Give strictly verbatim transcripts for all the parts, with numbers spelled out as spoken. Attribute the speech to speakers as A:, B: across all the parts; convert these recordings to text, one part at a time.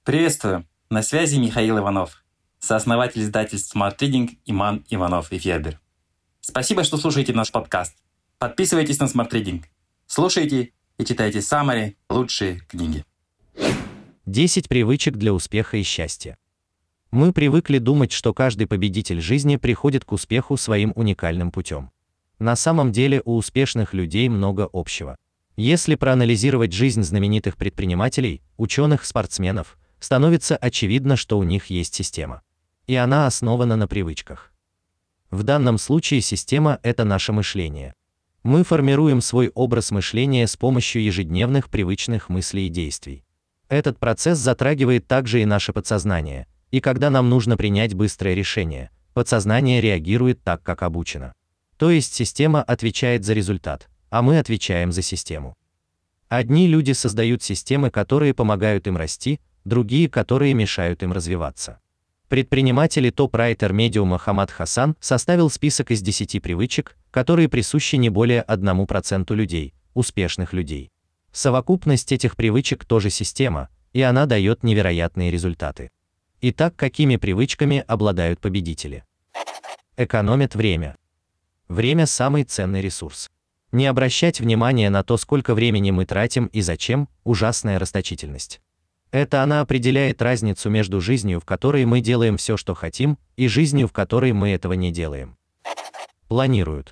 A: Приветствую! На связи Михаил Иванов, сооснователь издательств Smart Reading Иман Иванов и Федер. Спасибо, что слушаете наш подкаст. Подписывайтесь на Smart Reading. Слушайте и читайте самые лучшие книги.
B: десять привычек для успеха и счастья. Мы привыкли думать, что каждый победитель жизни приходит к успеху своим уникальным путем. На самом деле у успешных людей много общего. Если проанализировать жизнь знаменитых предпринимателей, ученых, спортсменов, становится очевидно, что у них есть система. И она основана на привычках. В данном случае система – это наше мышление. Мы формируем свой образ мышления с помощью ежедневных привычных мыслей и действий. Этот процесс затрагивает также и наше подсознание, и когда нам нужно принять быстрое решение, подсознание реагирует так, как обучено. То есть система отвечает за результат, а мы отвечаем за систему. Одни люди создают системы, которые помогают им расти, другие, которые мешают им развиваться. Предприниматель и топ-райтер медиума Хамад Хасан составил список из десяти привычек, которые присущи не более одному проценту людей, успешных людей. Совокупность этих привычек тоже система, и она дает невероятные результаты. Итак, какими привычками обладают победители? Экономят время. Время – самый ценный ресурс. Не обращать внимания на то, сколько времени мы тратим и зачем – ужасная расточительность. Это она определяет разницу между жизнью, в которой мы делаем все, что хотим, и жизнью, в которой мы этого не делаем. Планируют.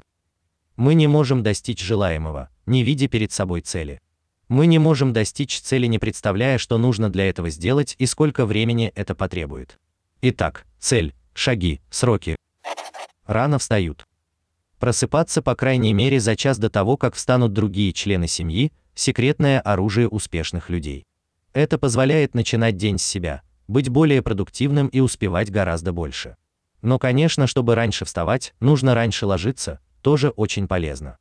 B: Мы не можем достичь желаемого, не видя перед собой цели. Мы не можем достичь цели, не представляя, что нужно для этого сделать и сколько времени это потребует. Итак, цель, шаги, сроки. Рано встают. Просыпаться по крайней мере за час до того, как встанут другие члены семьи – секретное оружие успешных людей. Это позволяет начинать день с себя, быть более продуктивным и успевать гораздо больше. Но, конечно, чтобы раньше вставать, нужно раньше ложиться, тоже очень полезно.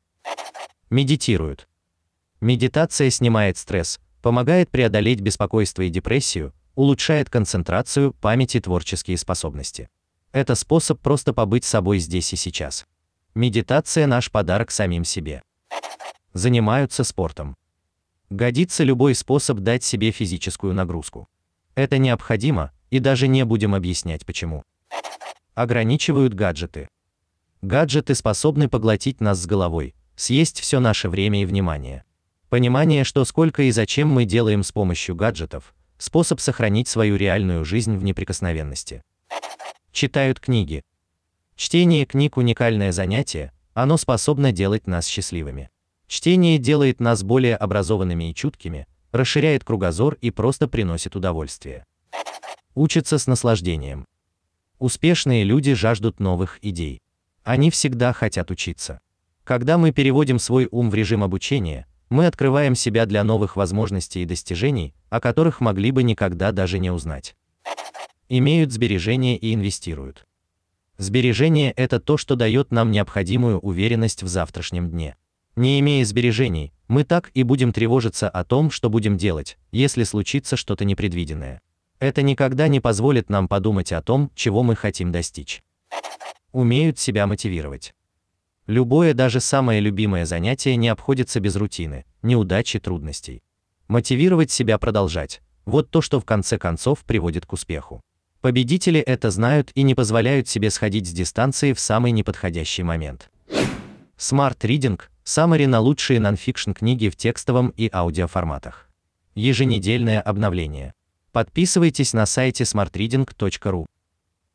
B: Медитируют. Медитация снимает стресс, помогает преодолеть беспокойство и депрессию, улучшает концентрацию, память и творческие способности. Это способ просто побыть собой здесь и сейчас. Медитация – наш подарок самим себе. Занимаются спортом. Годится любой способ дать себе физическую нагрузку. Это необходимо, и даже не будем объяснять почему. Ограничивают гаджеты. Гаджеты способны поглотить нас с головой, съесть все наше время и внимание. Понимание, что сколько и зачем мы делаем с помощью гаджетов, способ сохранить свою реальную жизнь в неприкосновенности. Читают книги. Чтение книг – уникальное занятие, оно способно делать нас счастливыми. Чтение делает нас более образованными и чуткими, расширяет кругозор и просто приносит удовольствие. Учатся с наслаждением. Успешные люди жаждут новых идей. Они всегда хотят учиться. Когда мы переводим свой ум в режим обучения, мы открываем себя для новых возможностей и достижений, о которых могли бы никогда даже не узнать. Имеют сбережения и инвестируют. Сбережения – это то, что дает нам необходимую уверенность в завтрашнем дне. Не имея сбережений, мы так и будем тревожиться о том, что будем делать, если случится что-то непредвиденное. Это никогда не позволит нам подумать о том, чего мы хотим достичь. Умеют себя мотивировать. Любое, даже самое любимое занятие не обходится без рутины, неудач и трудностей. Мотивировать себя продолжать – вот то, что в конце концов приводит к успеху. Победители это знают и не позволяют себе сходить с дистанции в самый неподходящий момент. Smart Reading – саммари на лучшие нонфикшн книги в текстовом и аудиоформатах. Еженедельное обновление. Подписывайтесь на сайте смарт ридинг точка ру.